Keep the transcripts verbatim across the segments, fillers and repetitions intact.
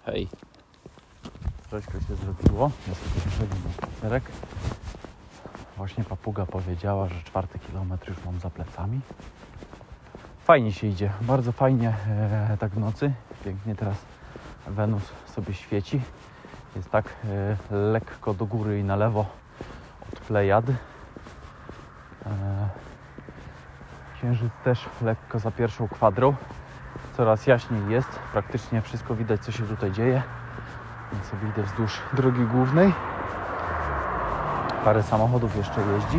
Hej. Troszkę się zrobiło. Jest jakiś spacerek. Właśnie papuga powiedziała, że czwarty kilometr już mam za plecami. Fajnie się idzie. Bardzo fajnie e, tak w nocy. Pięknie teraz Wenus sobie świeci. Jest tak e, lekko do góry i na lewo od Plejad. E, księżyc też lekko za pierwszą kwadrą. Coraz jaśniej jest. Praktycznie wszystko widać, co się tutaj dzieje. Więc sobie idę wzdłuż drogi głównej. Parę samochodów jeszcze jeździ.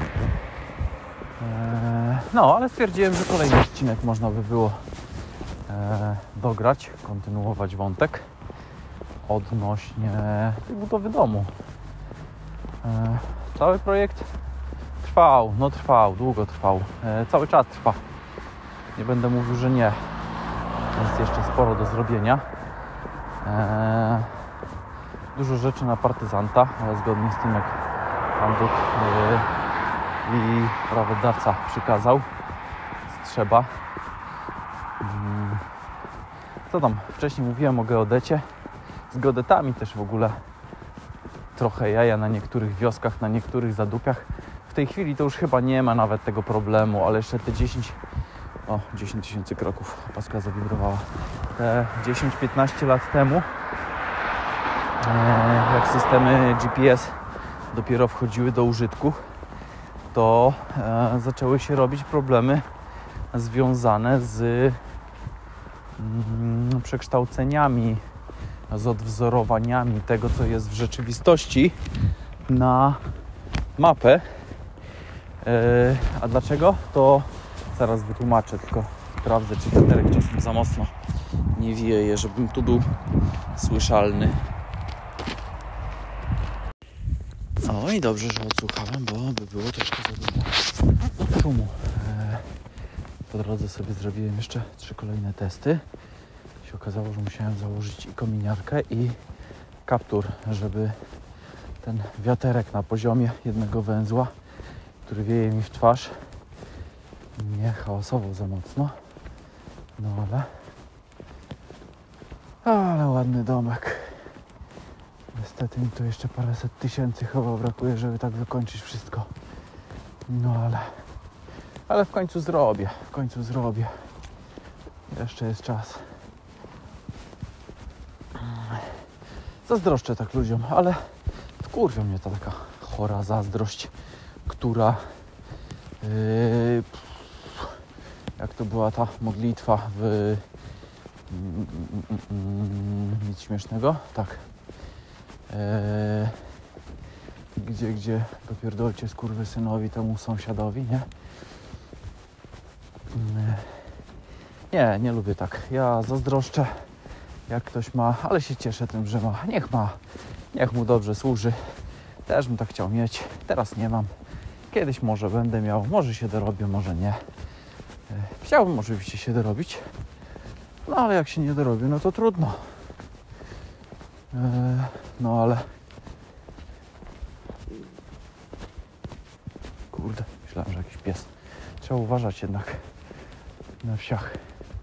E, no, ale stwierdziłem, że kolejny odcinek można by było e, dograć, kontynuować wątek odnośnie tej budowy domu. E, cały projekt trwał, no trwał, długo trwał, e, cały czas trwa. Nie będę mówił, że nie. Jest jeszcze sporo do zrobienia. E, dużo rzeczy na partyzanta, ale zgodnie z tym, jak Pan Bóg e, i prawodawca przykazał, trzeba. Hmm. Co tam? Wcześniej mówiłem o geodecie. Z geodetami też w ogóle trochę jaja na niektórych wioskach, na niektórych zadupiach. W tej chwili to już chyba nie ma nawet tego problemu, ale jeszcze te dziesięć, o dziesięć tysięcy kroków, paska zawibrowała. Te dziesięć piętnaście lat temu, e, jak systemy G P S dopiero wchodziły do użytku, to e, zaczęły się robić problemy związane z mm, przekształceniami, z odwzorowaniami tego, co jest w rzeczywistości, na mapę. E, a dlaczego? To zaraz wytłumaczę, tylko sprawdzę, czy wiaterek czasem za mocno nie wieje, żebym tu był słyszalny. O i dobrze, że odsłuchałem, bo by było troszkę za dużo szumu. E, po drodze sobie zrobiłem jeszcze trzy kolejne testy. Się okazało, że musiałem założyć i kominiarkę, i kaptur, żeby ten wiaterek na poziomie jednego węzła, który wieje mi w twarz, nie hałasował za mocno. No ale ale ładny domek. Niestety mi tu jeszcze paręset tysięcy chyba brakuje, żeby tak wykończyć wszystko. No ale ale w końcu zrobię, w końcu zrobię. Jeszcze jest czas. Zazdroszczę tak ludziom, ale wkurwia mnie ta taka chora zazdrość, która yy, jak to była ta modlitwa w mm, mm, mm, nic śmiesznego, tak, yy, gdzie, gdzie dopierdolcie skurwysynowi temu sąsiadowi, nie? Yy, nie, nie lubię tak. Ja zazdroszczę, jak ktoś ma, ale się cieszę tym, że ma. Niech ma, niech mu dobrze służy. Też bym tak chciał mieć. Teraz nie mam. Kiedyś może będę miał, może się dorobię, może nie. Chciałbym oczywiście się dorobić, no ale jak się nie dorobię, no to trudno. No ale kurde, myślałem, że jakiś pies. Trzeba uważać jednak na wsiach.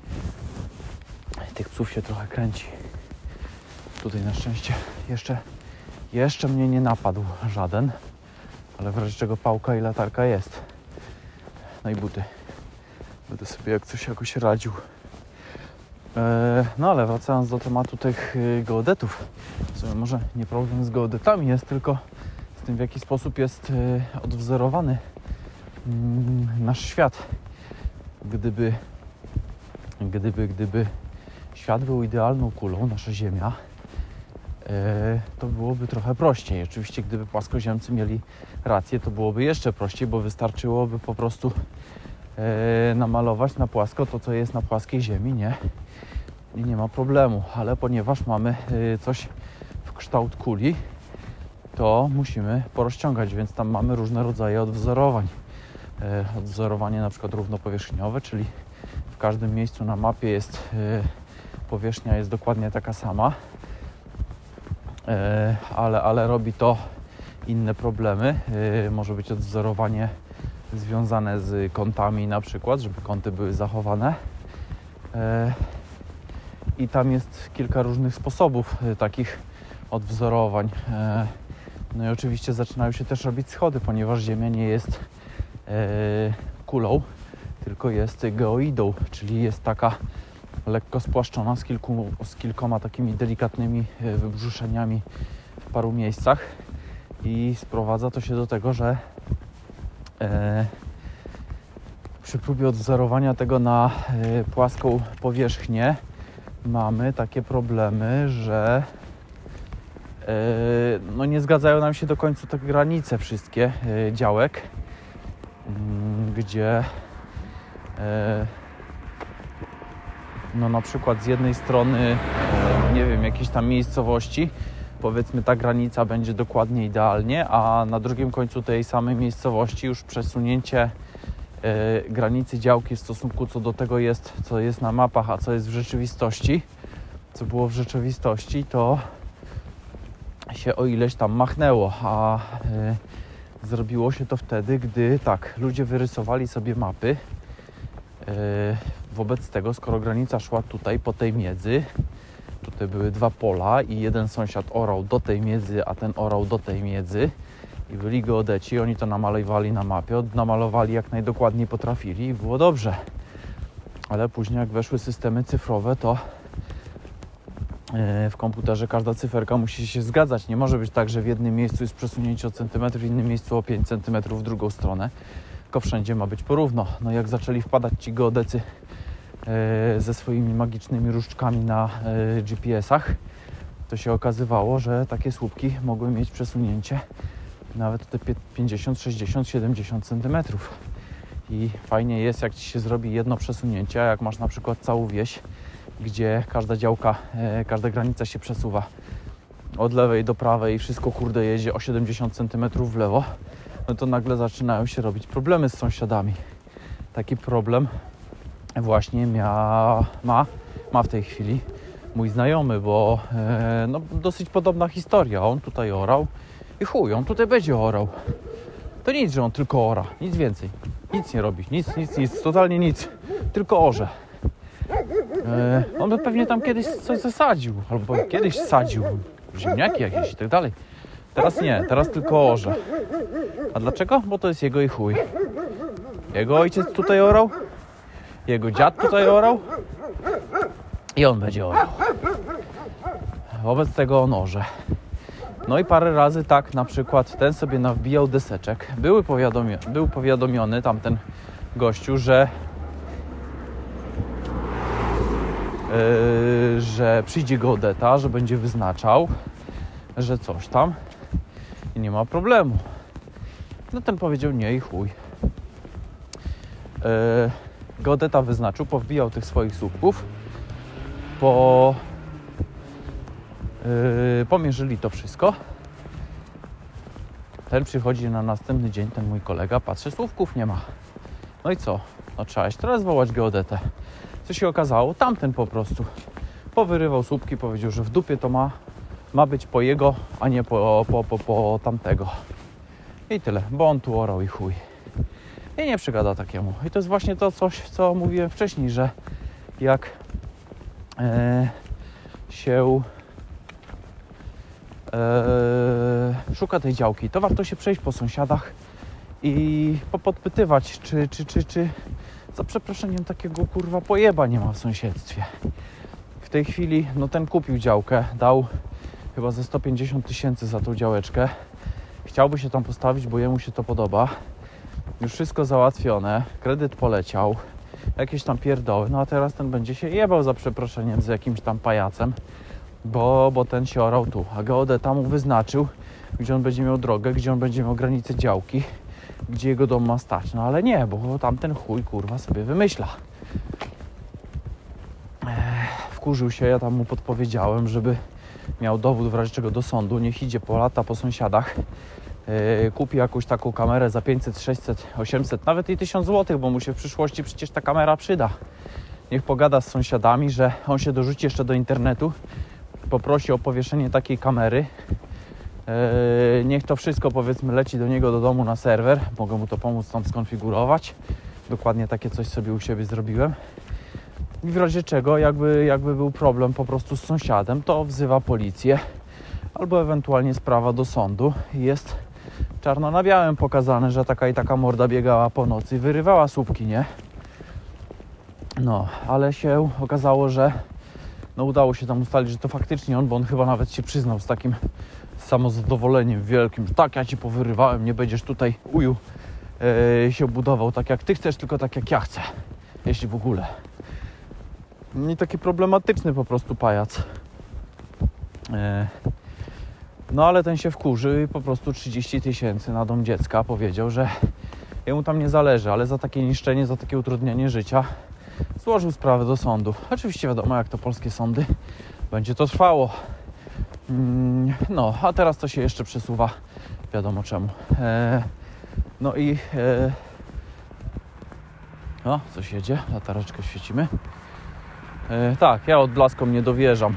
Tych psów się trochę kręci. Tutaj na szczęście jeszcze jeszcze mnie nie napadł żaden, ale w razie czego pałka i latarka jest. No i buty. Będę sobie jak coś jakoś radził. Eee, no ale wracając do tematu tych y, geodetów. W sumie może nie problem z geodetami jest, tylko z tym, w jaki sposób jest y, odwzorowany y, nasz świat. Gdyby gdyby, gdyby świat był idealną kulą, nasza Ziemia, yy, to byłoby trochę prościej. Oczywiście, gdyby płaskoziemcy mieli rację, to byłoby jeszcze prościej, bo wystarczyłoby po prostu yy, namalować na płasko to, co jest na płaskiej Ziemi, nie? I nie ma problemu. Ale ponieważ mamy yy, coś w kształt kuli, to musimy porozciągać, więc tam mamy różne rodzaje odwzorowań. Yy, odwzorowanie na przykład równopowierzchniowe, czyli w każdym miejscu na mapie jest yy, powierzchnia jest dokładnie taka sama, yy, ale, ale robi to inne problemy. Yy, może być odwzorowanie związane z kątami na przykład, żeby kąty były zachowane. Yy, i tam jest kilka różnych sposobów y, takich odwzorowań. E, no i oczywiście zaczynają się też robić schody, ponieważ Ziemia nie jest e, kulą, tylko jest geoidą, czyli jest taka lekko spłaszczona z, kilku, z kilkoma takimi delikatnymi wybrzuszeniami w paru miejscach i sprowadza to się do tego, że e, przy próbie odwzorowania tego na e, płaską powierzchnię mamy takie problemy, że e, no nie zgadzają nam się do końca te granice wszystkie e, działek, m, gdzie e, no na przykład z jednej strony e, nie wiem, jakiejś tam miejscowości, powiedzmy ta granica będzie dokładnie idealnie, a na drugim końcu tej samej miejscowości już przesunięcie e, granicy działki w stosunku co do tego jest, co jest na mapach, a co jest w rzeczywistości, co było w rzeczywistości, to się o ileś tam machnęło, a e, zrobiło się to wtedy, gdy tak, ludzie wyrysowali sobie mapy. E, wobec tego, skoro granica szła tutaj po tej miedzy, tutaj były dwa pola i jeden sąsiad orał do tej miedzy, a ten orał do tej miedzy i byli geodeci, oni to namalowali na mapie, namalowali jak najdokładniej potrafili i było dobrze. Ale później jak weszły systemy cyfrowe, to w komputerze każda cyferka musi się zgadzać. Nie może być tak, że w jednym miejscu jest przesunięcie o centymetr, w innym miejscu o pięć centymetrów w drugą stronę, tylko wszędzie ma być porówno. No jak zaczęli wpadać ci geodecy ze swoimi magicznymi różdżkami na G P S-ach, to się okazywało, że takie słupki mogły mieć przesunięcie nawet te pięćdziesiąt, sześćdziesiąt, siedemdziesiąt centymetrów. I fajnie jest, jak ci się zrobi jedno przesunięcie, a jak masz na przykład całą wieś, gdzie każda działka, każda granica się przesuwa od lewej do prawej i wszystko kurde jedzie o siedemdziesiąt centymetrów w lewo, no to nagle zaczynają się robić problemy z sąsiadami. Taki problem właśnie mia, ma, ma w tej chwili mój znajomy, bo e, no, dosyć podobna historia. On tutaj orał i chuj, on tutaj będzie orał. To nic, że on tylko ora, nic więcej. Nic nie robi, nic, nic, nic, totalnie nic. Tylko orze. E, on by pewnie tam kiedyś coś zasadził, albo kiedyś sadził ziemniaki jakieś i tak dalej. Teraz nie, teraz tylko orze. A dlaczego? Bo to jest jego i chuj. Jego ojciec tutaj orał, jego dziad tutaj orał i on będzie orał. Wobec tego on orze. No i parę razy tak na przykład ten sobie nawbijał deseczek. Były powiadomi- był powiadomiony tamten gościu, że yy, że przyjdzie geodeta, że będzie wyznaczał, że coś tam i nie ma problemu. No ten powiedział nie i chuj. Yy, geodeta wyznaczył, powbijał tych swoich słupków, po Yy, pomierzyli to wszystko. Ten przychodzi na następny dzień, ten mój kolega, patrzy, słupków nie ma. No i co? No trzeba iść teraz wołać geodetę. Co się okazało? Tamten po prostu powyrywał słupki, powiedział, że w dupie to ma, ma być po jego, a nie po, po, po, po tamtego. I tyle, bo on tu orał i chuj. I nie przygada takiemu. I to jest właśnie to coś, co mówiłem wcześniej, że jak e, się Eee, szuka tej działki, to warto się przejść po sąsiadach i popodpytywać, czy, czy, czy, czy za przeproszeniem takiego kurwa pojeba nie ma w sąsiedztwie. W tej chwili, no ten kupił działkę, dał chyba ze sto pięćdziesiąt tysięcy za tą działeczkę. Chciałby się tam postawić, bo jemu się to podoba. Już wszystko załatwione, kredyt poleciał, jakieś tam pierdoły, no a teraz ten będzie się jebał za przeproszeniem z jakimś tam pajacem. Bo, bo ten się orał tu, a geodeta mu wyznaczył, gdzie on będzie miał drogę, gdzie on będzie miał granicę działki, gdzie jego dom ma stać. No ale nie, bo tamten chuj kurwa sobie wymyśla. Ech, wkurzył się, ja tam mu podpowiedziałem, żeby miał dowód w razie czego do sądu, niech idzie po lata po sąsiadach, yy, kupi jakąś taką kamerę za pięćset, sześćset, osiemset, nawet i tysiąc złotych, bo mu się w przyszłości przecież ta kamera przyda. Niech pogada z sąsiadami, że on się dorzuci jeszcze do internetu, poprosi o powieszenie takiej kamery. Yy, niech to wszystko powiedzmy leci do niego do domu na serwer. Mogę mu to pomóc tam skonfigurować. Dokładnie takie coś sobie u siebie zrobiłem. I w razie czego, jakby, jakby był problem po prostu z sąsiadem, to wzywa policję albo ewentualnie sprawa do sądu. Jest czarno na białym pokazane, że taka i taka morda biegała po nocy i wyrywała słupki, nie? No, ale się okazało, że no udało się tam ustalić, że to faktycznie on, bo on chyba nawet się przyznał z takim samozadowoleniem wielkim, że tak, ja ci powyrywałem, nie będziesz tutaj uju yy, się budował tak jak ty chcesz, tylko tak jak ja chcę, jeśli w ogóle. I taki problematyczny po prostu pajac. Yy. No ale ten się wkurzył i po prostu trzydzieści tysięcy na dom dziecka powiedział, że jemu tam nie zależy, ale za takie niszczenie, za takie utrudnianie życia złożył sprawę do sądu. Oczywiście wiadomo, jak to polskie sądy, będzie to trwało. No, a teraz to się jeszcze przesuwa, wiadomo czemu. E, no i e, o, coś jedzie, latareczkę świecimy. E, tak, ja odblaskom nie dowierzam.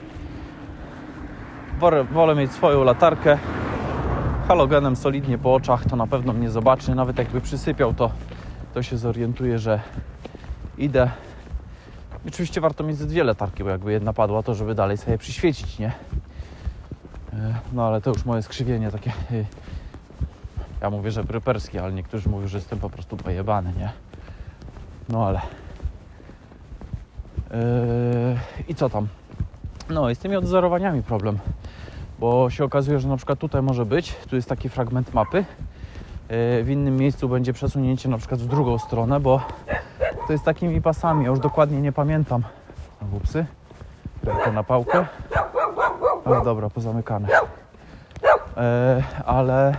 Wolę, wolę mieć swoją latarkę halogenem solidnie po oczach, to na pewno mnie zobaczy. Nawet jakby przysypiał, to, to się zorientuje, że idę. Oczywiście warto mieć ze dwie latarki, bo jakby jedna padła, to żeby dalej sobie przyświecić, nie? No ale to już moje skrzywienie takie, ja mówię, że bryperskie, ale niektórzy mówią, że jestem po prostu pojebany, nie? No ale yy, i co tam? No jest z tymi odzorowaniami problem, bo się okazuje, że na przykład tutaj może być, tu jest taki fragment mapy, yy, w innym miejscu będzie przesunięcie na przykład w drugą stronę, bo to jest takimi pasami, ja już dokładnie nie pamiętam. Znowu psy, rękę na pałkę. O, dobra, pozamykane. E, ale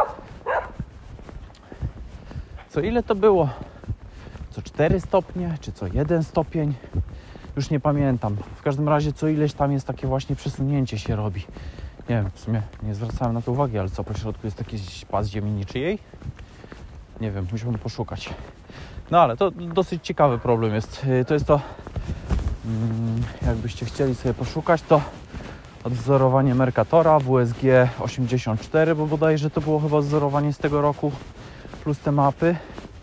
co ile to było? Co cztery stopnie, czy co jeden stopień? Już nie pamiętam. W każdym razie co ileś tam jest takie właśnie przesunięcie się robi. Nie wiem, w sumie nie zwracałem na to uwagi, ale co po środku jest taki pas ziemi niczyjej? Nie wiem, musimy poszukać. No ale to dosyć ciekawy problem jest. To jest to, jakbyście chcieli sobie poszukać, to odwzorowanie Mercatora W S G osiemdziesiąt cztery, bo bodajże to było chyba odzorowanie z tego roku, plus te mapy.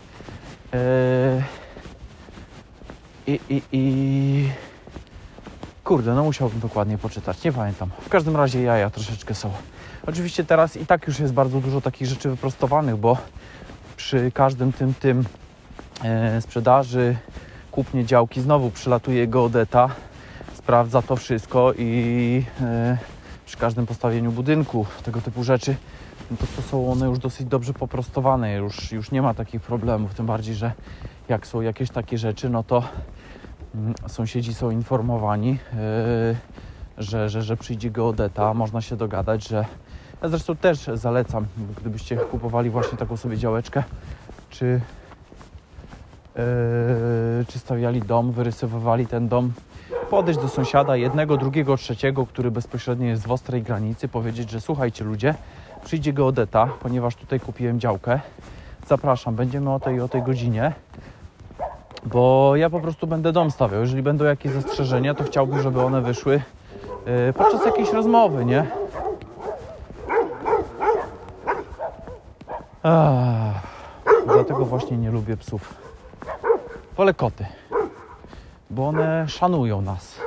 I, i, i... Kurde, no musiałbym dokładnie poczytać, nie pamiętam. W każdym razie jaja troszeczkę są. Oczywiście teraz i tak już jest bardzo dużo takich rzeczy wyprostowanych, bo przy każdym tym, tym e, sprzedaży, kupnie działki, znowu przylatuje geodeta, sprawdza to wszystko i e, przy każdym postawieniu budynku, tego typu rzeczy, no to, to są one już dosyć dobrze poprostowane, już, już nie ma takich problemów, tym bardziej, że jak są jakieś takie rzeczy, no to mm, sąsiedzi są informowani, yy, że, że, że przyjdzie geodeta, można się dogadać, że ja zresztą też zalecam, gdybyście kupowali właśnie taką sobie działeczkę, czy, yy, czy stawiali dom, wyrysowywali ten dom, podejść do sąsiada jednego, drugiego, trzeciego, który bezpośrednio jest w ostrej granicy, powiedzieć, że słuchajcie ludzie, przyjdzie geodeta, ponieważ tutaj kupiłem działkę, zapraszam, będziemy o tej i o tej godzinie, bo ja po prostu będę dom stawiał. Jeżeli będą jakieś zastrzeżenia, to chciałbym, żeby one wyszły yy, podczas jakiejś rozmowy, nie? Ach, dlatego właśnie nie lubię psów. Wolę koty, bo one szanują nas.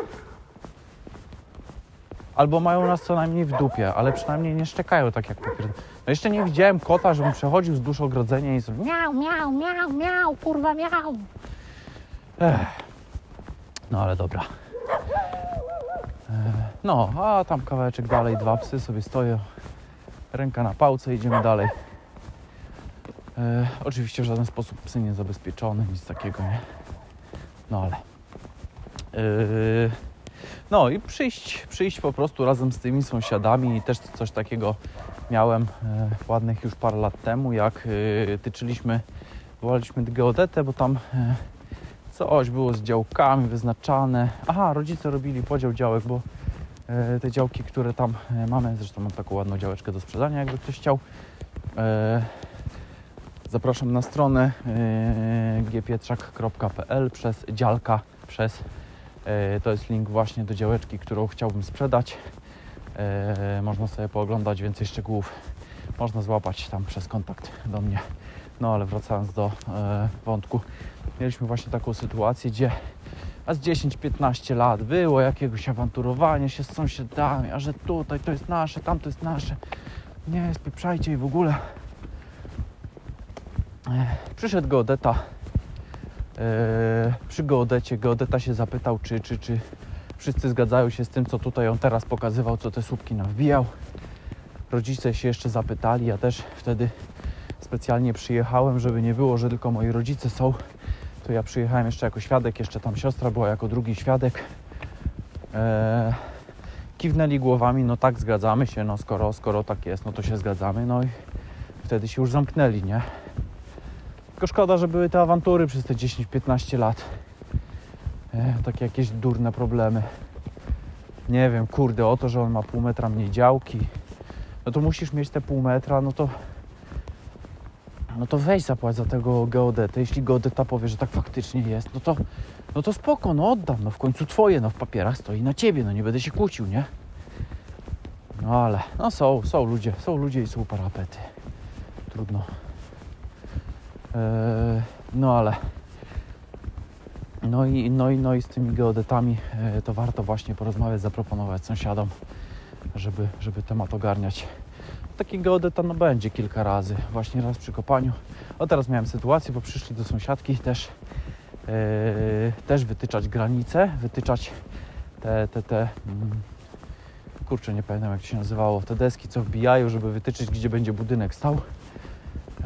Albo mają nas co najmniej w dupie, ale przynajmniej nie szczekają tak jak popier... No jeszcze nie widziałem kota, żebym przechodził wzdłuż ogrodzenia i sobie miau, miau, miau, miau, kurwa miau. Ech. No ale dobra. Ech. No, a tam kawałeczek dalej, dwa psy sobie stoją. Ręka na pałce, idziemy dalej. Ech. Oczywiście w żaden sposób psy nie zabezpieczone, nic takiego, nie? No ale... Yy... No i przyjść, przyjść po prostu razem z tymi sąsiadami i też coś takiego miałem e, ładnych już parę lat temu, jak e, tyczyliśmy, wołaliśmy geodetę, bo tam e, coś było z działkami wyznaczane. Aha, rodzice robili podział działek, bo e, te działki, które tam e, mamy, zresztą mam taką ładną działeczkę do sprzedania, jakby ktoś chciał. E, zapraszam na stronę e, g pietrzak kropka p l przez działka, przez to jest link właśnie do działeczki, którą chciałbym sprzedać. E, można sobie pooglądać więcej szczegółów. Można złapać tam przez kontakt do mnie. No ale wracając do e, wątku. Mieliśmy właśnie taką sytuację, gdzie A z dziesięć piętnaście lat było jakiegoś awanturowania się z sąsiadami, a że tutaj to jest nasze, tam to jest nasze. Nie, spieprzajcie i w ogóle. Przyszedł geodeta. Przy geodecie geodeta się zapytał, czy, czy, czy wszyscy zgadzają się z tym, co tutaj on teraz pokazywał, co te słupki nawbijał. Rodzice się jeszcze zapytali, ja też wtedy specjalnie przyjechałem, żeby nie było, że tylko moi rodzice są. To ja przyjechałem jeszcze jako świadek, jeszcze tam siostra była jako drugi świadek. Eee, kiwnęli głowami, no tak, zgadzamy się, no skoro, skoro tak jest, no to się zgadzamy, no i wtedy się już zamknęli, nie? Tylko szkoda, że były te awantury przez te dziesięć piętnaście lat. Eee, takie jakieś durne problemy. Nie wiem, kurde, o to, że on ma pół metra mniej działki, no to musisz mieć te pół metra, no to no to weź zapłać za tego geodetę. Jeśli geodeta powie, że tak faktycznie jest, no to, no to spoko, no oddam, no w końcu twoje, no w papierach stoi na ciebie, no nie będę się kłócił, nie? No ale, no są, są ludzie, są ludzie i są parapety. Trudno. Eee, no ale, no i, no, i, no i z tymi geodetami e, to warto właśnie porozmawiać, zaproponować sąsiadom, żeby, żeby temat ogarniać. Taki geodeta no będzie kilka razy, właśnie raz przy kopaniu. O, teraz miałem sytuację, bo przyszli do sąsiadki też yy, też wytyczać granice, wytyczać te, te, te mm, kurczę, nie pamiętam jak to się nazywało, te deski, co wbijają, żeby wytyczyć, gdzie będzie budynek stał. Yy,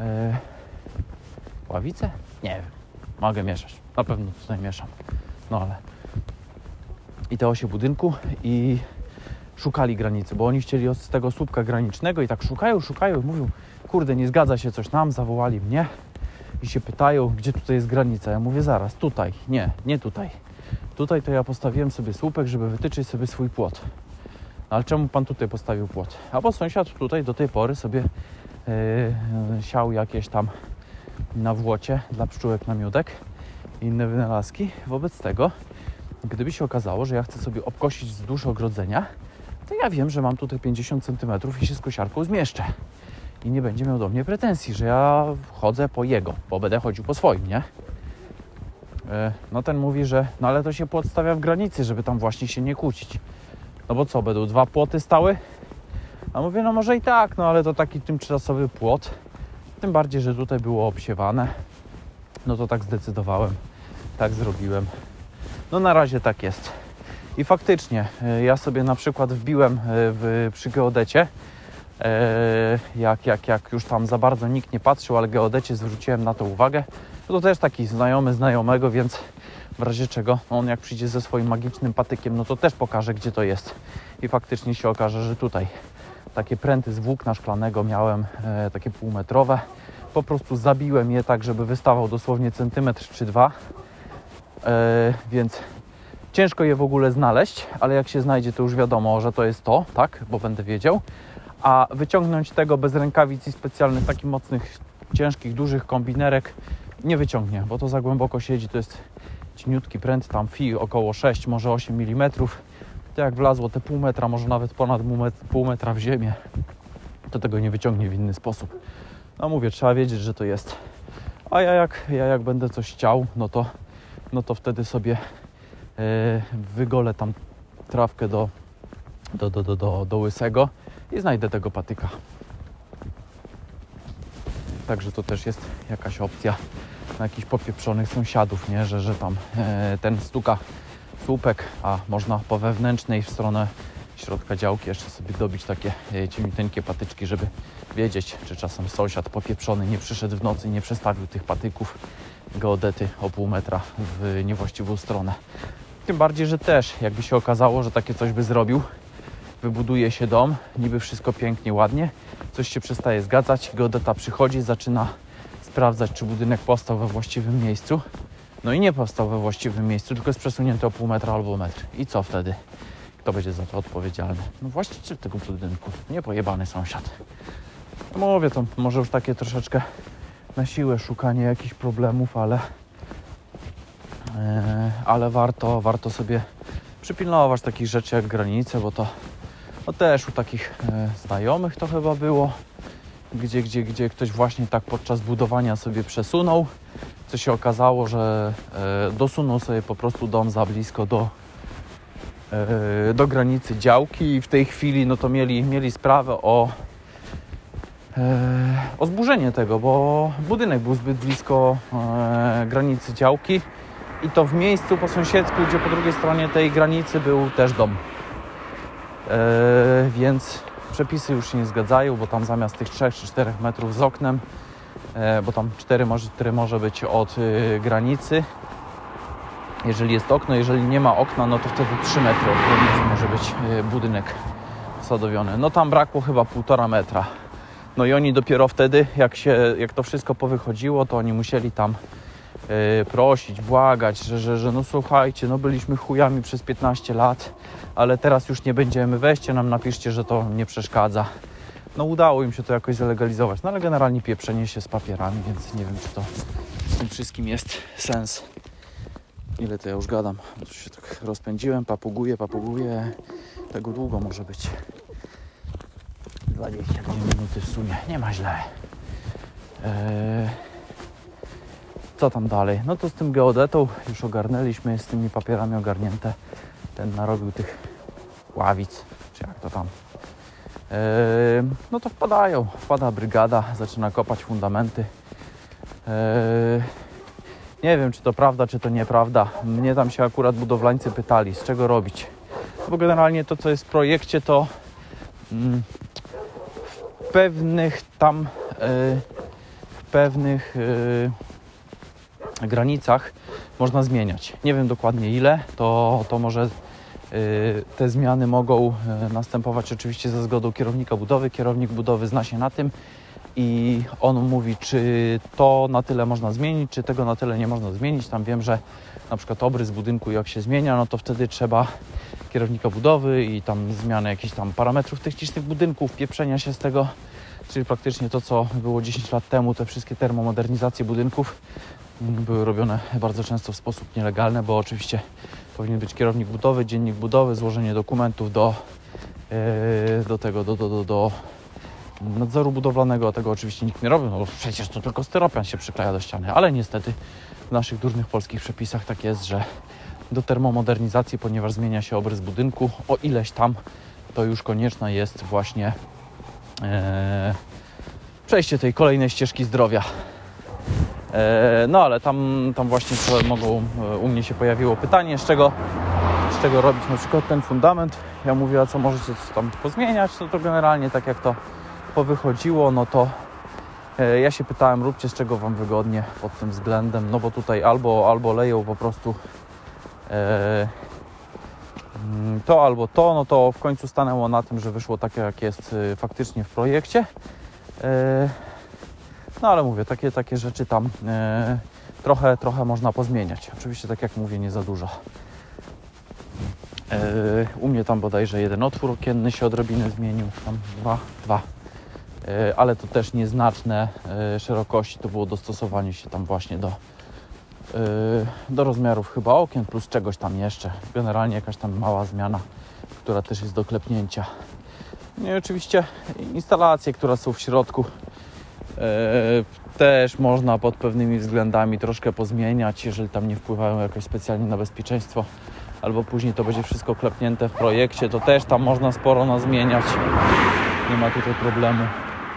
ławice? Nie wiem, mogę mieszać, na pewno tutaj mieszam, no ale i te osie budynku i szukali granicy, bo oni chcieli od tego słupka granicznego i tak szukają, szukają i mówią, kurde, nie zgadza się coś nam, zawołali mnie i się pytają, gdzie tutaj jest granica. Ja mówię, zaraz, tutaj, nie, nie tutaj. Tutaj to ja postawiłem sobie słupek, żeby wytyczyć sobie swój płot. Ale czemu pan tutaj postawił płot? A bo sąsiad tutaj do tej pory sobie yy, siał jakieś tam na włocie dla pszczółek na miódek i inne wynalazki. Wobec tego, gdyby się okazało, że ja chcę sobie obkosić wzdłuż ogrodzenia, to ja wiem, że mam tutaj pięćdziesiąt centymetrów i się z kosiarką zmieszczę. I nie będzie miał do mnie pretensji, że ja chodzę po jego, bo będę chodził po swoim, nie? No ten mówi, że no ale to się płot stawia w granicy, żeby tam właśnie się nie kłócić. No bo co, będą dwa płoty stały? A mówię, no może i tak, no ale to taki tymczasowy płot. Tym bardziej, że tutaj było obsiewane. No to tak zdecydowałem, tak zrobiłem. No na razie tak jest. I faktycznie, ja sobie na przykład wbiłem w, przy geodecie, jak, jak, jak już tam za bardzo nikt nie patrzył, ale geodecie zwróciłem na to uwagę. No to też taki znajomy znajomego, więc w razie czego on jak przyjdzie ze swoim magicznym patykiem, no to też pokaże, gdzie to jest. I faktycznie się okaże, że tutaj takie pręty z włókna szklanego miałem, e, takie półmetrowe. Po prostu zabiłem je tak, żeby wystawał dosłownie centymetr czy dwa. E, więc ciężko je w ogóle znaleźć, ale jak się znajdzie, to już wiadomo, że to jest to, tak, bo będę wiedział. A wyciągnąć tego bez rękawic i specjalnych takich mocnych, ciężkich, dużych kombinerek nie wyciągnie, bo to za głęboko siedzi, to jest cieniutki pręt, tam fi około sześć, może osiem milimetrów. To jak wlazło te pół metra, może nawet ponad pół metra w ziemię, to tego nie wyciągnie w inny sposób. No mówię, trzeba wiedzieć, że to jest. A ja jak, ja jak będę coś chciał, no to, no to wtedy sobie yy, wygolę tam trawkę do, do, do, do, do, do łysego i znajdę tego patyka. Także to też jest jakaś opcja na jakichś popieprzonych sąsiadów, nie? Że, że tam e, ten stuka słupek, a można po wewnętrznej w stronę środka działki jeszcze sobie dobić takie e, cieniuteńkie patyczki, żeby wiedzieć, czy czasem sąsiad popieprzony nie przyszedł w nocy i nie przestawił tych patyków geodety o pół metra w niewłaściwą stronę. Tym bardziej, że też jakby się okazało, że takie coś by zrobił, wybuduje się dom, niby wszystko pięknie, ładnie, coś się przestaje zgadzać, geodeta przychodzi, zaczyna sprawdzać, czy budynek powstał we właściwym miejscu. No i nie powstał we właściwym miejscu, tylko jest przesunięty o pół metra albo metr. I co wtedy? Kto będzie za to odpowiedzialny? No właściciel tego budynku, nie pojebany sąsiad. No mówię, to może już takie troszeczkę na siłę szukanie jakichś problemów, ale yy, ale warto, warto sobie przypilnować takich rzeczy jak granice, bo to no też u takich e, znajomych to chyba było, gdzie, gdzie, gdzie ktoś właśnie tak podczas budowania sobie przesunął co się okazało, że e, dosunął sobie po prostu dom za blisko do, e, do granicy działki i w tej chwili no to mieli, mieli sprawę o, e, o zburzenie tego, bo budynek był zbyt blisko e, granicy działki i to w miejscu po sąsiedzku, gdzie po drugiej stronie tej granicy był też dom. E, więc przepisy już się nie zgadzają, bo tam zamiast tych trzech czy czterech metrów z oknem, e, bo tam cztery może, cztery może być od y, granicy, jeżeli jest okno, jeżeli nie ma okna, no to wtedy trzy metry od granicy może być y, budynek sadowiony. No tam brakło chyba półtora metra. No i oni dopiero wtedy, jak, się, jak to wszystko powychodziło, to oni musieli tam y, prosić, błagać, że, że, że no słuchajcie, no byliśmy chujami przez piętnaście lat, ale teraz już nie będziemy, weźcie nam, napiszcie, że to nie przeszkadza. No udało im się to jakoś zalegalizować, no ale generalnie pieprzenie się z papierami, więc nie wiem, czy to w tym wszystkim jest sens. Ile to ja już gadam? Bo się tak rozpędziłem, papuguję, papuguję. Tego długo może być. dwadzieścia dwie minuty w sumie, nie ma źle. Eee, co tam dalej? No to z tym geodetą już ogarnęliśmy, z tymi papierami ogarnięte. Ten narobił tych ławic, czy jak to tam. Eee, no to wpadają, wpada brygada, zaczyna kopać fundamenty. Eee, nie wiem, czy to prawda, czy to nieprawda. Mnie tam się akurat budowlańcy pytali, z czego robić. Bo generalnie to, co jest w projekcie, to mm, w pewnych tam yy, w pewnych yy, granicach można zmieniać. Nie wiem dokładnie ile, to, to może yy, te zmiany mogą yy, następować oczywiście ze zgodą kierownika budowy. Kierownik budowy zna się na tym i on mówi, czy to na tyle można zmienić, czy tego na tyle nie można zmienić. Tam wiem, że na przykład obrys budynku jak się zmienia, no to wtedy trzeba kierownika budowy i tam zmiany jakichś tam parametrów technicznych budynków, pieprzenia się z tego, czyli praktycznie to, co było dziesięć lat temu, te wszystkie termomodernizacje budynków były robione bardzo często w sposób nielegalny, bo oczywiście powinien być kierownik budowy, dziennik budowy, złożenie dokumentów do, yy, do tego, do, do, do, do nadzoru budowlanego, a tego oczywiście nikt nie robi, no bo przecież to tylko styropian się przykleja do ściany, ale niestety w naszych durnych polskich przepisach tak jest, że do termomodernizacji, ponieważ zmienia się obrys budynku o ileś tam, to już konieczne jest właśnie e, przejście tej kolejnej ścieżki zdrowia. E, no ale tam, tam właśnie co mogą, u mnie się pojawiło pytanie, z czego, z czego robić na przykład ten fundament. Ja mówię, a co możecie tam pozmieniać, no to generalnie tak jak to powychodziło, no to e, ja się pytałem, róbcie z czego wam wygodnie pod tym względem, no bo tutaj albo, albo leją po prostu e, to albo to, no to w końcu stanęło na tym, że wyszło takie jak jest e, faktycznie w projekcie. E, no ale mówię, takie, takie rzeczy tam e, trochę, trochę można pozmieniać. Oczywiście tak jak mówię, nie za dużo. E, u mnie tam bodajże jeden otwór okienny się odrobinę zmienił, tam dwa, dwa. Ale to też nieznaczne szerokości, to było dostosowanie się tam właśnie do, do rozmiarów chyba okien plus czegoś tam jeszcze. Generalnie jakaś tam mała zmiana, która też jest do klepnięcia. No i oczywiście instalacje, które są w środku, też można pod pewnymi względami troszkę pozmieniać, jeżeli tam nie wpływają jakoś specjalnie na bezpieczeństwo, albo później to będzie wszystko klepnięte w projekcie, to też tam można sporo nazmieniać. Nie ma tutaj problemu.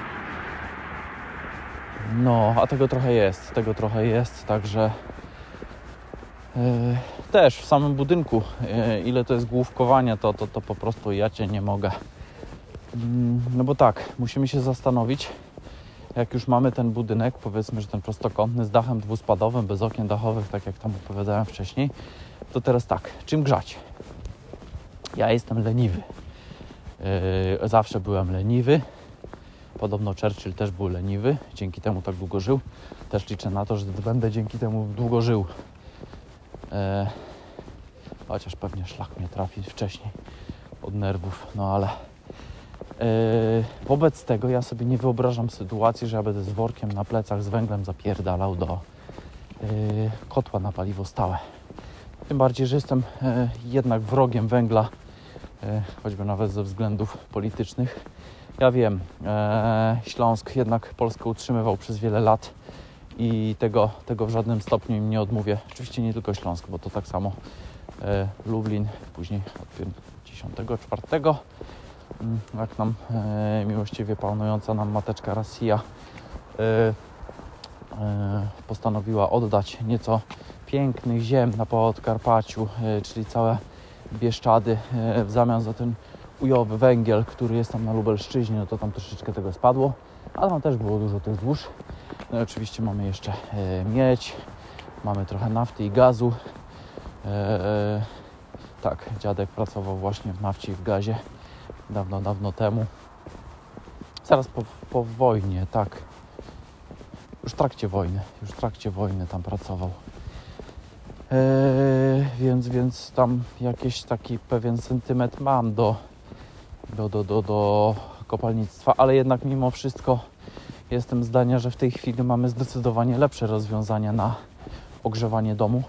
No, a tego trochę jest, tego trochę jest, także yy, też w samym budynku, yy, ile to jest główkowania, to, to, to po prostu ja Cię nie mogę. Yy, no bo tak, musimy się zastanowić, jak już mamy ten budynek, powiedzmy, że ten prostokątny z dachem dwuspadowym, bez okien dachowych, tak jak tam opowiadałem wcześniej, to teraz tak, czym grzać? Ja jestem leniwy. Yy, zawsze byłem leniwy. Podobno Churchill też był leniwy, dzięki temu tak długo żył. Też liczę na to, że będę dzięki temu długo żył. E, chociaż pewnie szlak mnie trafi wcześniej od nerwów, no ale e, wobec tego ja sobie nie wyobrażam sytuacji, że ja będę z workiem na plecach z węglem zapierdalał do e, kotła na paliwo stałe. Tym bardziej, że jestem e, jednak wrogiem węgla, e, choćby nawet ze względów politycznych. Ja wiem, e, Śląsk jednak Polskę utrzymywał przez wiele lat i tego, tego w żadnym stopniu im nie odmówię. Oczywiście nie tylko Śląsk, bo to tak samo e, Lublin, później od pięćdziesiątego czwartego, jak nam e, miłościwie panująca nam mateczka Rosja e, e, postanowiła oddać nieco pięknych ziem na Podkarpaciu, e, czyli całe Bieszczady e, w zamian za ten ujowy węgiel, który jest tam na Lubelszczyźnie, no to tam troszeczkę tego spadło, a tam też było dużo tych złóż. No i oczywiście mamy jeszcze e, miedź, mamy trochę nafty i gazu. E, e, tak, dziadek pracował właśnie w nafcie i w gazie dawno, dawno temu. Zaraz po, po wojnie, tak. Już w trakcie wojny, już w trakcie wojny tam pracował. E, więc, więc tam jakiś taki pewien sentyment mam do, do, do, do, do kopalnictwa, ale jednak mimo wszystko jestem zdania, że w tej chwili mamy zdecydowanie lepsze rozwiązania na ogrzewanie domu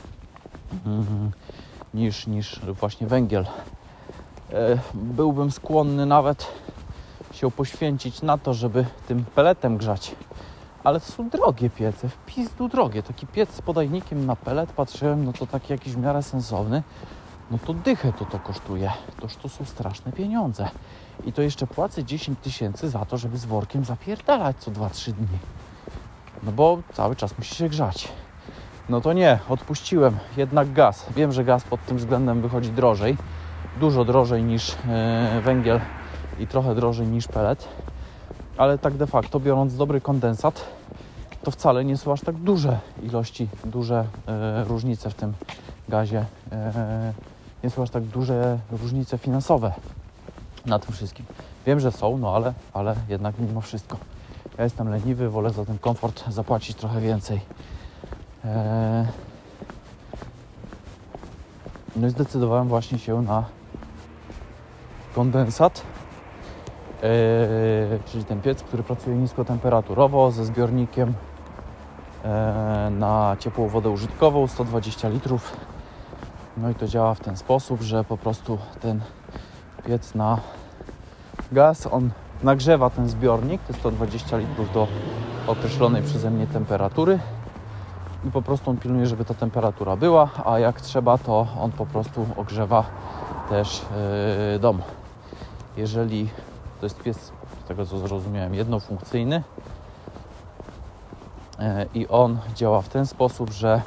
mm, niż, niż właśnie węgiel. E, byłbym skłonny nawet się poświęcić na to, żeby tym peletem grzać, ale to są drogie piece, w pizdu drogie. Taki piec z podajnikiem na pelet, patrzyłem, no to taki jakiś w miarę sensowny, no to dychę to to kosztuje. Toż to są straszne pieniądze. I to jeszcze płacę dziesięć tysięcy za to, żeby z workiem zapierdalać co dwa trzy dni. No bo cały czas musi się grzać. No to nie, odpuściłem jednak gaz. Wiem, że gaz pod tym względem wychodzi drożej. Dużo drożej niż yy, węgiel i trochę drożej niż pelet. Ale tak de facto, biorąc dobry kondensat, to wcale nie są aż tak duże ilości, duże yy, różnice w tym gazie. Yy, nie są aż tak duże różnice finansowe na tym wszystkim. Wiem, że są, no ale, ale jednak mimo wszystko. Ja jestem leniwy, wolę za ten komfort zapłacić trochę więcej. Eee... No i zdecydowałem właśnie się na kondensat, eee... czyli ten piec, który pracuje niskotemperaturowo ze zbiornikiem eee... na ciepłą wodę użytkową, sto dwadzieścia litrów. No i to działa w ten sposób, że po prostu ten piec na gaz, on nagrzewa ten zbiornik, te sto dwadzieścia litrów do określonej przeze mnie temperatury i po prostu on pilnuje, żeby ta temperatura była, a jak trzeba, to on po prostu ogrzewa też yy, dom. Jeżeli to jest piec, z tego co zrozumiałem, jednofunkcyjny yy, i on działa w ten sposób, że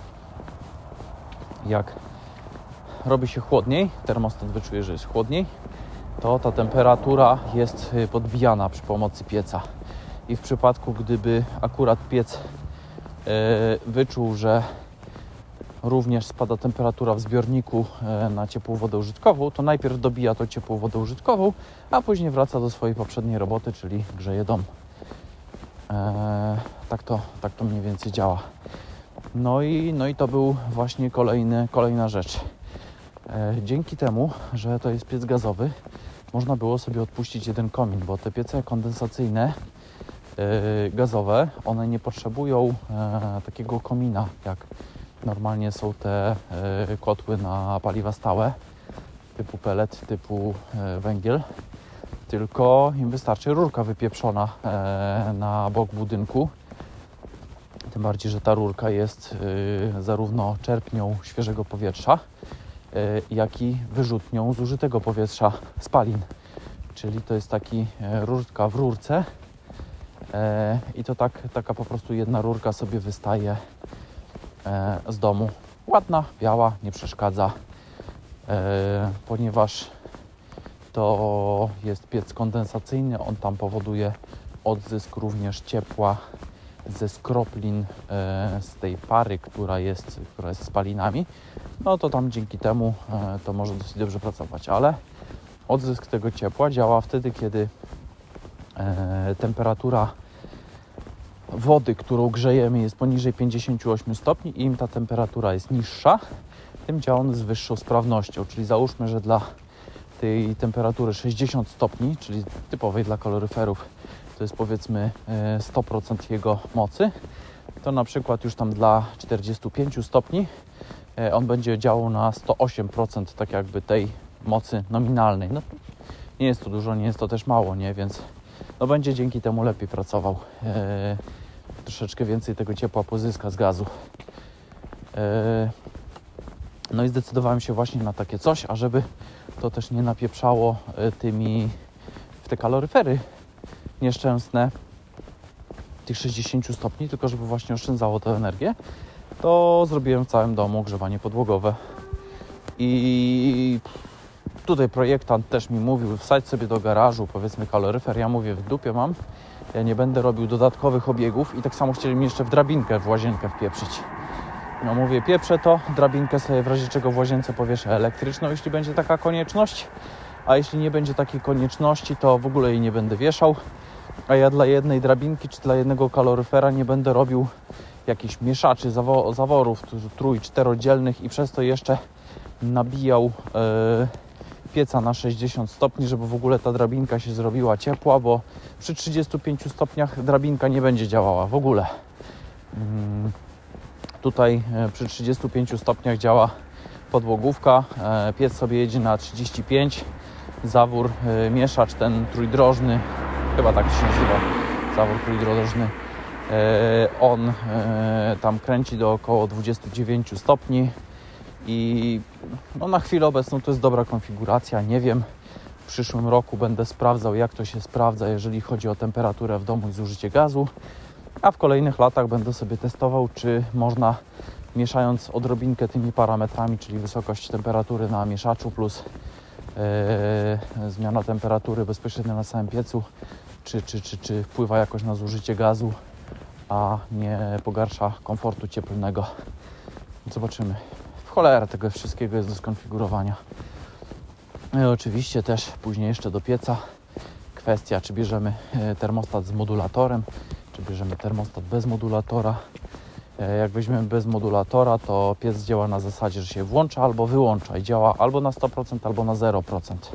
jak robi się chłodniej, termostat wyczuje, że jest chłodniej, to ta temperatura jest podbijana przy pomocy pieca. I w przypadku, gdyby akurat piec yy, wyczuł, że również spada temperatura w zbiorniku yy, na ciepłą wodę użytkową, to najpierw dobija to ciepłą wodę użytkową, a później wraca do swojej poprzedniej roboty, czyli grzeje dom. Yy, tak to, tak to mniej więcej działa. No i, no i to był właśnie kolejny, kolejna rzecz. Yy, dzięki temu, że to jest piec gazowy, można było sobie odpuścić jeden komin, bo te piece kondensacyjne yy, gazowe, one nie potrzebują yy, takiego komina, jak normalnie są te yy, kotły na paliwa stałe, typu pellet, typu yy, węgiel, tylko im wystarczy rurka wypieprzona yy, na bok budynku. Tym bardziej, że ta rurka jest yy, zarówno czerpnią świeżego powietrza, jak i wyrzutnią zużytego powietrza spalin. Czyli to jest taki rurka w rurce i to tak, taka po prostu jedna rurka sobie wystaje z domu. Ładna, biała, nie przeszkadza, ponieważ to jest piec kondensacyjny, on tam powoduje odzysk również ciepła ze skroplin z tej pary, która jest, która jest spalinami. No to tam dzięki temu e, to może dosyć dobrze pracować, ale odzysk tego ciepła działa wtedy, kiedy e, temperatura wody, którą grzejemy, jest poniżej pięćdziesiąt osiem stopni i im ta temperatura jest niższa, tym działa on z wyższą sprawnością, czyli załóżmy, że dla tej temperatury sześćdziesiąt stopni, czyli typowej dla kaloryferów, to jest powiedzmy e, sto procent jego mocy, to na przykład już tam dla czterdziestu pięciu stopni on będzie działał na sto osiem procent tak jakby tej mocy nominalnej. No, nie jest to dużo, nie jest to też mało, nie? Więc no, będzie dzięki temu lepiej pracował. Eee, troszeczkę więcej tego ciepła pozyska z gazu. No i zdecydowałem się właśnie na takie coś, ażeby to też nie napieprzało tymi w te kaloryfery nieszczęsne tych sześćdziesiąt stopni, tylko żeby właśnie oszczędzało tę energię, to zrobiłem w całym domu ogrzewanie podłogowe. I tutaj projektant też mi mówił, wsadź sobie do garażu, powiedzmy, kaloryfer. Ja mówię, w dupie mam, ja nie będę robił dodatkowych obiegów. I tak samo chcieli mi jeszcze w drabinkę, w łazienkę wpieprzyć. No mówię, pieprzę to, drabinkę sobie w razie czego w łazience powieszę elektryczną, jeśli będzie taka konieczność. A jeśli nie będzie takiej konieczności, to w ogóle jej nie będę wieszał. A ja dla jednej drabinki czy dla jednego kaloryfera nie będę robił jakichś mieszaczy, zawo- zaworów trój-, czterodzielnych i przez to jeszcze nabijał yy, pieca na sześćdziesiąt stopni, żeby w ogóle ta drabinka się zrobiła ciepła, bo przy trzydziestu pięciu stopniach drabinka nie będzie działała w ogóle. Yy, tutaj yy, przy trzydziestu pięciu stopniach działa podłogówka, yy, piec sobie jedzie na trzydzieści pięć, zawór, yy, mieszacz ten trójdrożny, chyba tak to się nazywa, zawór trójdrożny, yy, on yy, tam kręci do około dwudziestu dziewięciu stopni. I no, na chwilę obecną to jest dobra konfiguracja. Nie wiem, w przyszłym roku będę sprawdzał, jak to się sprawdza, jeżeli chodzi o temperaturę w domu i zużycie gazu, a w kolejnych latach będę sobie testował, czy można, mieszając odrobinkę tymi parametrami, czyli wysokość temperatury na mieszaczu plus yy, zmiana temperatury bezpośrednio na samym piecu, czy, czy, czy, czy wpływa jakoś na zużycie gazu, a nie pogarsza komfortu cieplnego. Zobaczymy. Cholera, tego wszystkiego jest do skonfigurowania. No i oczywiście też później jeszcze do pieca kwestia, czy bierzemy termostat z modulatorem, czy bierzemy termostat bez modulatora. Jak weźmiemy bez modulatora, to piec działa na zasadzie, że się włącza albo wyłącza i działa albo na sto procent, albo na zero procent.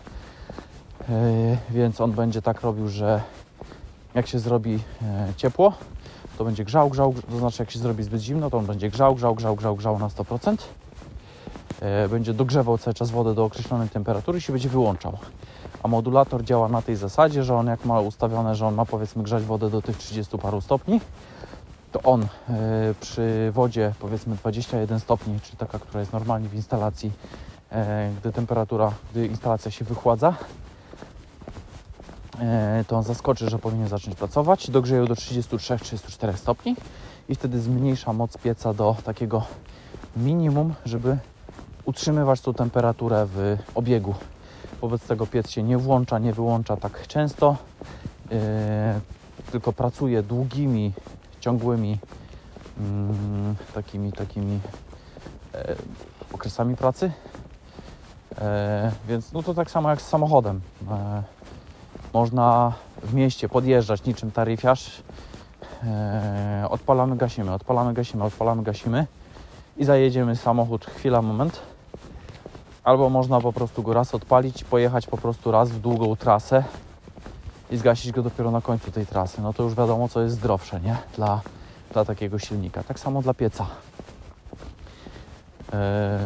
Więc on będzie tak robił, że jak się zrobi ciepło, to będzie grzał, grzał, to znaczy jak się zrobi zbyt zimno, to on będzie grzał, grzał, grzał, grzał, grzał na sto procent. Będzie dogrzewał cały czas wodę do określonej temperatury i się będzie wyłączał. A modulator działa na tej zasadzie, że on jak ma ustawione, że on ma powiedzmy grzać wodę do tych trzydziestu paru stopni, to on y, przy wodzie powiedzmy dwadzieścia jeden stopni, czyli taka, która jest normalnie w instalacji, y, gdy temperatura, gdy instalacja się wychładza, y, to on zaskoczy, że powinien zacząć pracować, dogrzeje do trzydziestu trzech trzydziestu czterech stopni i wtedy zmniejsza moc pieca do takiego minimum, żeby utrzymywać tą temperaturę w obiegu. Wobec tego piec się nie włącza, nie wyłącza tak często, yy, tylko pracuje długimi, ciągłymi yy, takimi, takimi yy, okresami pracy. Yy, więc no to tak samo jak z samochodem. Yy, można w mieście podjeżdżać niczym taryfiarz. Yy, odpalamy, gasimy, odpalamy, gasimy, odpalamy, gasimy i zajedziemy samochód chwila, moment. Albo można po prostu go raz odpalić, pojechać po prostu raz w długą trasę i zgasić go dopiero na końcu tej trasy. No to już wiadomo, co jest zdrowsze, nie? Dla, dla takiego silnika. Tak samo dla pieca. Yy,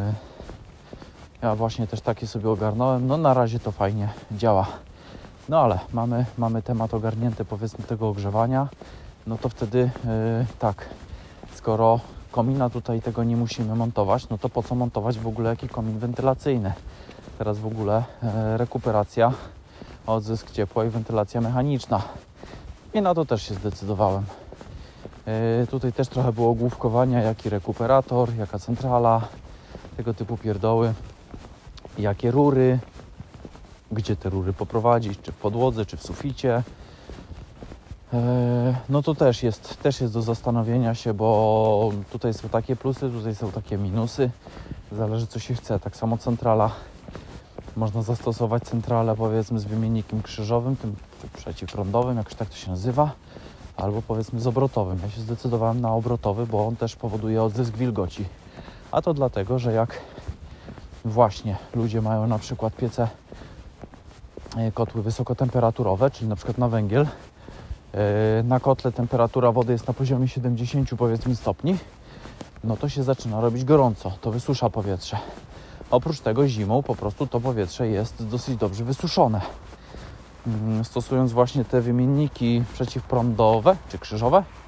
ja właśnie też takie sobie ogarnąłem. No na razie to fajnie działa. No ale mamy, mamy temat ogarnięty, powiedzmy, tego ogrzewania. No to wtedy yy, tak, skoro komina tutaj tego nie musimy montować, no to po co montować w ogóle jaki komin wentylacyjny? Teraz w ogóle e, rekuperacja, odzysk ciepła i wentylacja mechaniczna. I na to też się zdecydowałem. E, tutaj też trochę było główkowania, jaki rekuperator, jaka centrala, tego typu pierdoły, jakie rury, gdzie te rury poprowadzić, czy w podłodze, czy w suficie. No to też jest, też jest do zastanowienia się, bo tutaj są takie plusy, tutaj są takie minusy. Zależy, co się chce. Tak samo centrala. Można zastosować centralę, powiedzmy, z wymiennikiem krzyżowym, tym przeciwprądowym, jakoś tak to się nazywa, albo powiedzmy z obrotowym. Ja się zdecydowałem na obrotowy, bo on też powoduje odzysk wilgoci. A to dlatego, że jak właśnie ludzie mają na przykład piece, kotły wysokotemperaturowe, czyli na przykład na węgiel, na kotle temperatura wody jest na poziomie siedemdziesiąt powiedzmy stopni, no to się zaczyna robić gorąco, to wysusza powietrze. Oprócz tego zimą po prostu to powietrze jest dosyć dobrze wysuszone. Stosując właśnie te wymienniki przeciwprądowe czy krzyżowe,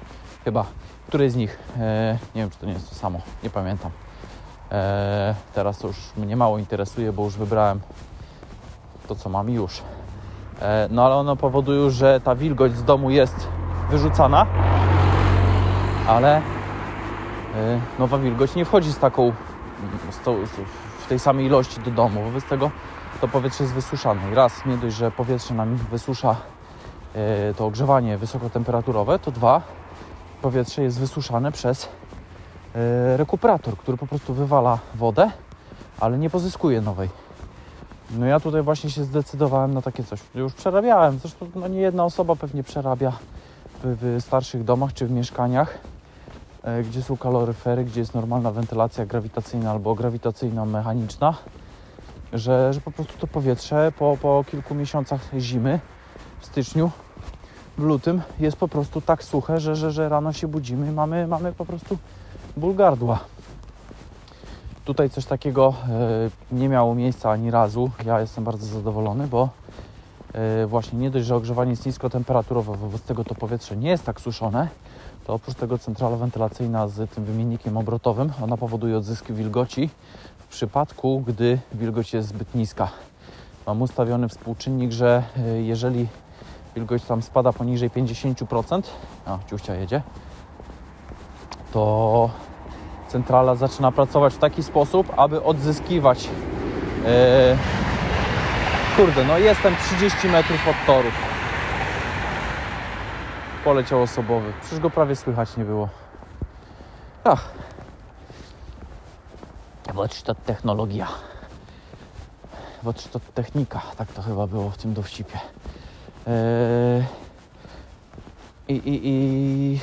Chyba. Któryś z nich. E, nie wiem, czy to nie jest to samo. Nie pamiętam. E, teraz to już mnie mało interesuje, bo już wybrałem to, co mam już. E, no ale one powodują, że ta wilgoć z domu jest wyrzucana, ale e, nowa wilgoć nie wchodzi z taką z to, z, w tej samej ilości do domu. Wobec tego to powietrze jest wysuszane. I raz, nie dość, że powietrze nam wysusza e, to ogrzewanie wysokotemperaturowe, to dwa, powietrze jest wysuszane przez e, rekuperator, który po prostu wywala wodę, ale nie pozyskuje nowej. No ja tutaj właśnie się zdecydowałem na takie coś. Już przerabiałem, zresztą no nie jedna osoba pewnie przerabia w, w starszych domach czy w mieszkaniach, e, gdzie są kaloryfery, gdzie jest normalna wentylacja grawitacyjna albo grawitacyjno-mechaniczna, że, że po prostu to powietrze po, po kilku miesiącach zimy, w styczniu, w lutym jest po prostu tak suche, że, że, że rano się budzimy i mamy, mamy po prostu ból gardła. Tutaj coś takiego e, nie miało miejsca ani razu. Ja jestem bardzo zadowolony, bo e, właśnie nie dość, że ogrzewanie jest niskotemperaturowe, wobec tego to powietrze nie jest tak suszone, to oprócz tego centrala wentylacyjna z tym wymiennikiem obrotowym, ona powoduje odzysk wilgoci w przypadku, gdy wilgoć jest zbyt niska. Mam ustawiony współczynnik, że e, jeżeli wilgoć tam spada poniżej pięćdziesiąt procent, o, ciuchcia jedzie, to centrala zaczyna pracować w taki sposób, aby odzyskiwać e, kurde, no jestem trzydzieści metrów od torów. Poleciał osobowy. Przecież go prawie słychać nie było. Ach. Bo czy to technologia? Bo czy to technika? Tak to chyba było w tym dowcipie. E, I... i, i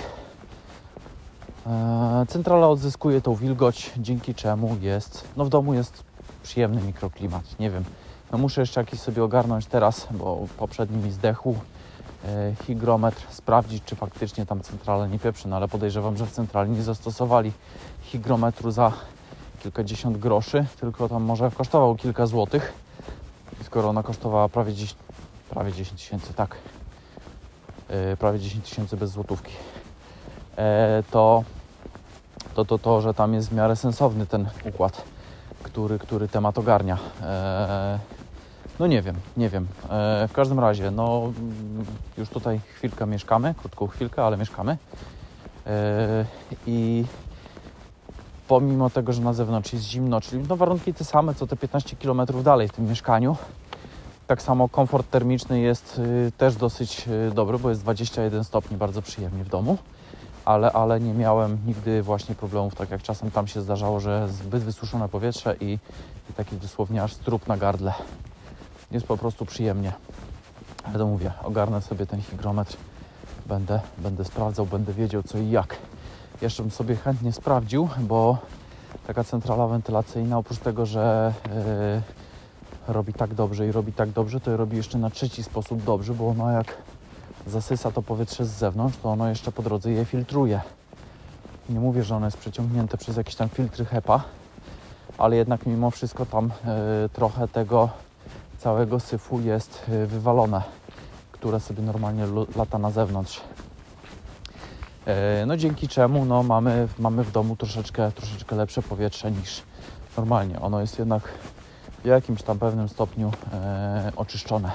Centrala odzyskuje tą wilgoć, dzięki czemu jest, no w domu jest przyjemny mikroklimat, nie wiem, no muszę jeszcze jakiś sobie ogarnąć teraz, bo poprzedni mi zdechł, e, hygrometr, sprawdzić, czy faktycznie tam centrala nie pieprzy, no ale podejrzewam, że w centrali nie zastosowali hygrometru za kilkadziesiąt groszy, tylko tam może kosztował kilka złotych, skoro ona kosztowała prawie dziesięć, prawie dziesięć tysięcy, tak, e, prawie dziesięć tysięcy bez złotówki. To, to, to, to, że tam jest w miarę sensowny ten układ, który, który temat ogarnia. E, no nie wiem, nie wiem. E, w każdym razie, no już tutaj chwilkę mieszkamy, krótką chwilkę, ale mieszkamy. E, I pomimo tego, że na zewnątrz jest zimno, czyli no warunki te same, co te piętnaście kilometrów dalej w tym mieszkaniu, tak samo komfort termiczny jest y, też dosyć y, dobry, bo jest dwadzieścia jeden stopni, bardzo przyjemnie w domu. Ale, ale nie miałem nigdy właśnie problemów, tak jak czasem tam się zdarzało, że zbyt wysuszone powietrze i, i taki dosłownie aż strup na gardle. Jest po prostu przyjemnie. Ale to mówię, ogarnę sobie ten hygrometr, będę, będę sprawdzał, będę wiedział co i jak. Jeszcze bym sobie chętnie sprawdził, bo taka centrala wentylacyjna, oprócz tego, że yy, robi tak dobrze i robi tak dobrze, to robi jeszcze na trzeci sposób dobrze, bo ona jak zasysa to powietrze z zewnątrz, to ono jeszcze po drodze je filtruje. Nie mówię, że ono jest przeciągnięte przez jakieś tam filtry HEPA, ale jednak mimo wszystko tam y, trochę tego całego syfu jest y, wywalone, które sobie normalnie lata na zewnątrz. Y, no dzięki czemu no, mamy, mamy w domu troszeczkę, troszeczkę lepsze powietrze niż normalnie. Ono jest jednak w jakimś tam pewnym stopniu y, oczyszczone.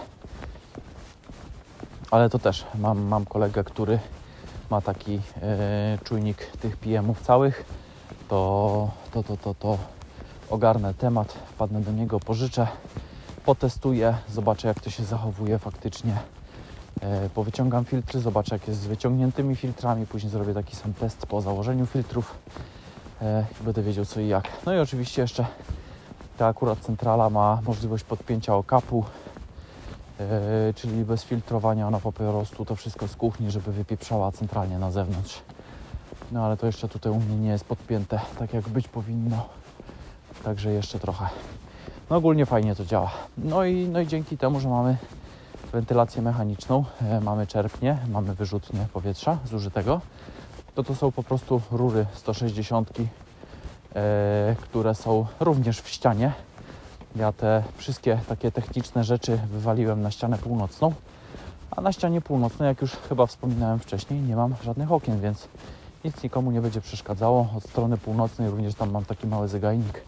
Ale to też mam, mam kolegę, który ma taki e, czujnik tych P M ów całych, to, to, to, to, to ogarnę temat, wpadnę do niego, pożyczę, potestuję, zobaczę jak to się zachowuje faktycznie, e, powyciągam filtry, zobaczę jak jest z wyciągniętymi filtrami, później zrobię taki sam test po założeniu filtrów e, i będę wiedział co i jak. No i oczywiście jeszcze ta akurat centrala ma możliwość podpięcia okapu, Yy, czyli bez filtrowania, ona po prostu to wszystko z kuchni, żeby wypieprzała centralnie na zewnątrz. No ale to jeszcze tutaj u mnie nie jest podpięte tak jak być powinno, także jeszcze trochę. No ogólnie fajnie to działa. No i, no i dzięki temu, że mamy wentylację mechaniczną, e, mamy czerpnie, mamy wyrzutnie powietrza zużytego, to to są po prostu rury sto sześćdziesiąt, e, które są również w ścianie. Ja te wszystkie takie techniczne rzeczy wywaliłem na ścianę północną, A na ścianie północnej, jak już chyba wspominałem wcześniej, nie mam żadnych okien, więc nic nikomu nie będzie przeszkadzało. Od strony północnej również tam mam taki mały zegajnik.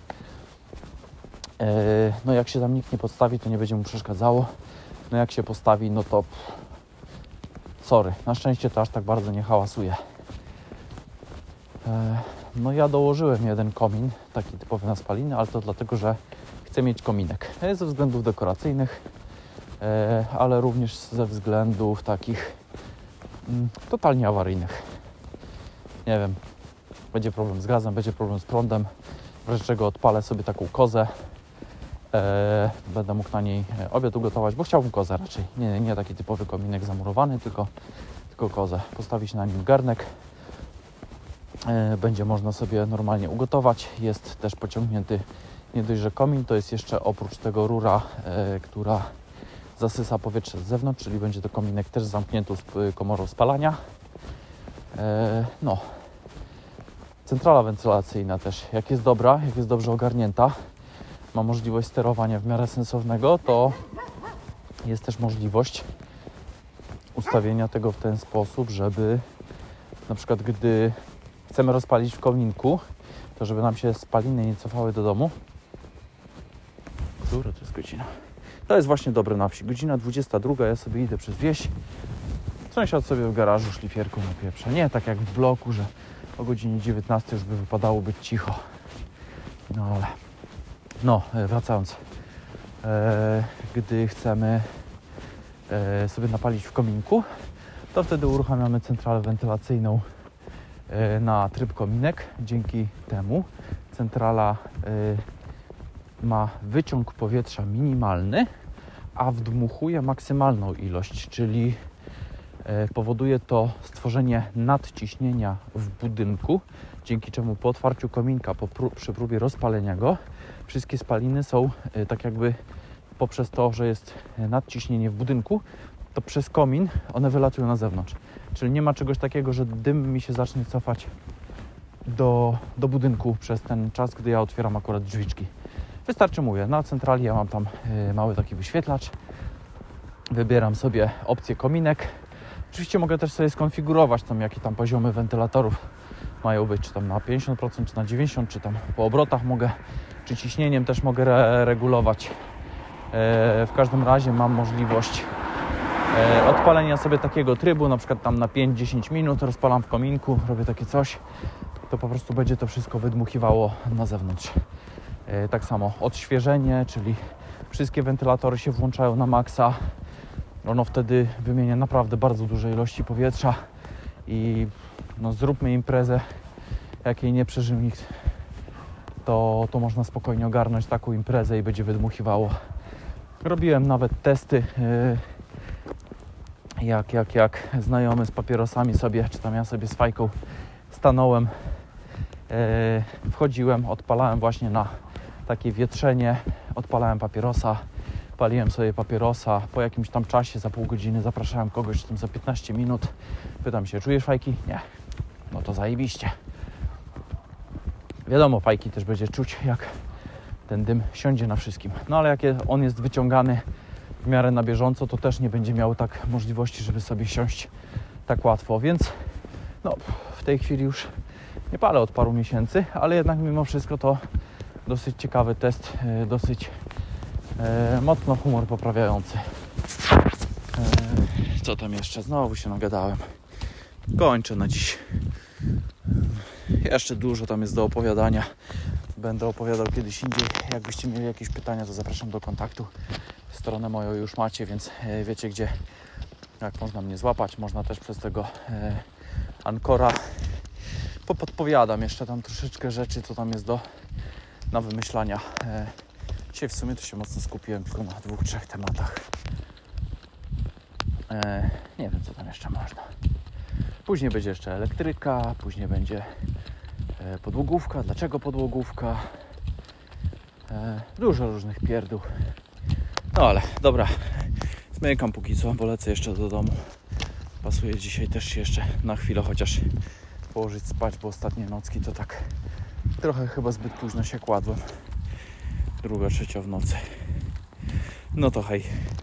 No jak się tam nikt nie podstawi, to nie będzie mu przeszkadzało. No jak się postawi, no to pff, sorry, na szczęście to aż tak bardzo nie hałasuje. No ja dołożyłem jeden komin, taki typowy na spaliny, ale to dlatego, że chcę mieć kominek. Ze względów dekoracyjnych, ale również ze względów takich mm, totalnie awaryjnych. Nie wiem, będzie problem z gazem, będzie problem z prądem, w razie czego odpalę sobie taką kozę. E, będę mógł na niej obiad ugotować, bo chciałbym kozę raczej. Nie, nie taki typowy kominek zamurowany, tylko, tylko kozę. Postawi się na nim garnek. E, będzie można sobie normalnie ugotować. Jest też pociągnięty nie dość, że komin, to jest jeszcze oprócz tego rura, e, która zasysa powietrze z zewnątrz, czyli będzie to kominek też zamknięty z komorą spalania. E, no. Centrala wentylacyjna też, jak jest dobra, jak jest dobrze ogarnięta, ma możliwość sterowania w miarę sensownego, to jest też możliwość ustawienia tego w ten sposób, żeby na przykład gdy chcemy rozpalić w kominku, to żeby nam się spaliny nie cofały do domu. Która to jest godzina? To jest właśnie dobre na wsi. Godzina dwudziesta druga, ja sobie idę przez wieś. Sąsiad sobie w garażu szlifierką napieprza. Nie tak jak w bloku, że o godzinie dziewiętnastej już by wypadało być cicho. No ale... No, wracając. E, gdy chcemy e, sobie napalić w kominku, to wtedy uruchamiamy centralę wentylacyjną e, na tryb kominek. Dzięki temu centrala e, ma wyciąg powietrza minimalny, a wdmuchuje maksymalną ilość, czyli e, powoduje to stworzenie nadciśnienia w budynku, dzięki czemu po otwarciu kominka, po pró- przy próbie rozpalenia go, wszystkie spaliny są e, tak jakby poprzez to, że jest nadciśnienie w budynku, to przez komin one wylatują na zewnątrz. Czyli nie ma czegoś takiego, że dym mi się zacznie cofać do, do budynku przez ten czas, gdy ja otwieram akurat drzwiczki. Wystarczy, mówię, na centrali ja mam tam y, mały taki wyświetlacz. Wybieram sobie opcję kominek. Oczywiście mogę też sobie skonfigurować tam, jakie tam poziomy wentylatorów mają być, czy tam na pięćdziesiąt procent, czy na dziewięćdziesiąt procent, czy tam po obrotach mogę, czy ciśnieniem też mogę re- regulować. Y, w każdym razie mam możliwość y, odpalenia sobie takiego trybu, na przykład tam na pięć do dziesięciu minut rozpalam w kominku, robię takie coś, to po prostu będzie to wszystko wydmuchiwało na zewnątrz. Tak samo odświeżenie, czyli wszystkie wentylatory się włączają na maksa. Ono wtedy wymienia naprawdę bardzo duże ilości powietrza i no, zróbmy imprezę, jakiej nie przeżył nikt, to, to można spokojnie ogarnąć taką imprezę i będzie wydmuchiwało. Robiłem nawet testy, jak, jak, jak znajomy z papierosami sobie, czy tam ja sobie z fajką stanąłem, wchodziłem, odpalałem właśnie na takie wietrzenie, odpalałem papierosa, paliłem sobie papierosa, po jakimś tam czasie, za pół godziny zapraszałem kogoś, tam za piętnaście minut, pytam się, czujesz fajki? Nie. No to zajebiście. Wiadomo, fajki też będzie czuć, jak ten dym siądzie na wszystkim. No ale jak on jest wyciągany w miarę na bieżąco, to też nie będzie miał tak możliwości, żeby sobie siąść tak łatwo, więc no w tej chwili już nie palę od paru miesięcy, ale jednak mimo wszystko to dosyć ciekawy test, dosyć e, mocno humor poprawiający. E, co tam jeszcze? Znowu się nagadałem. Kończę na dziś. E, jeszcze dużo tam jest do opowiadania. Będę opowiadał kiedyś indziej. Jakbyście mieli jakieś pytania, to zapraszam do kontaktu. Stronę moją już macie, więc e, wiecie gdzie, jak można mnie złapać. Można też przez tego e, Ankora. Podpowiadam jeszcze tam troszeczkę rzeczy, co tam jest do na wymyślania. E, dzisiaj w sumie to się mocno skupiłem tylko na dwóch, trzech tematach. E, nie wiem, co tam jeszcze można. Później będzie jeszcze elektryka, później będzie e, podłogówka. Dlaczego podłogówka? E, dużo różnych pierdół. No ale dobra, zmykam póki co, bo lecę jeszcze do domu. Pasuje dzisiaj też się jeszcze na chwilę chociaż położyć spać, bo ostatnie nocki to tak trochę chyba zbyt późno się kładłem. Druga, trzecia w nocy. No to hej.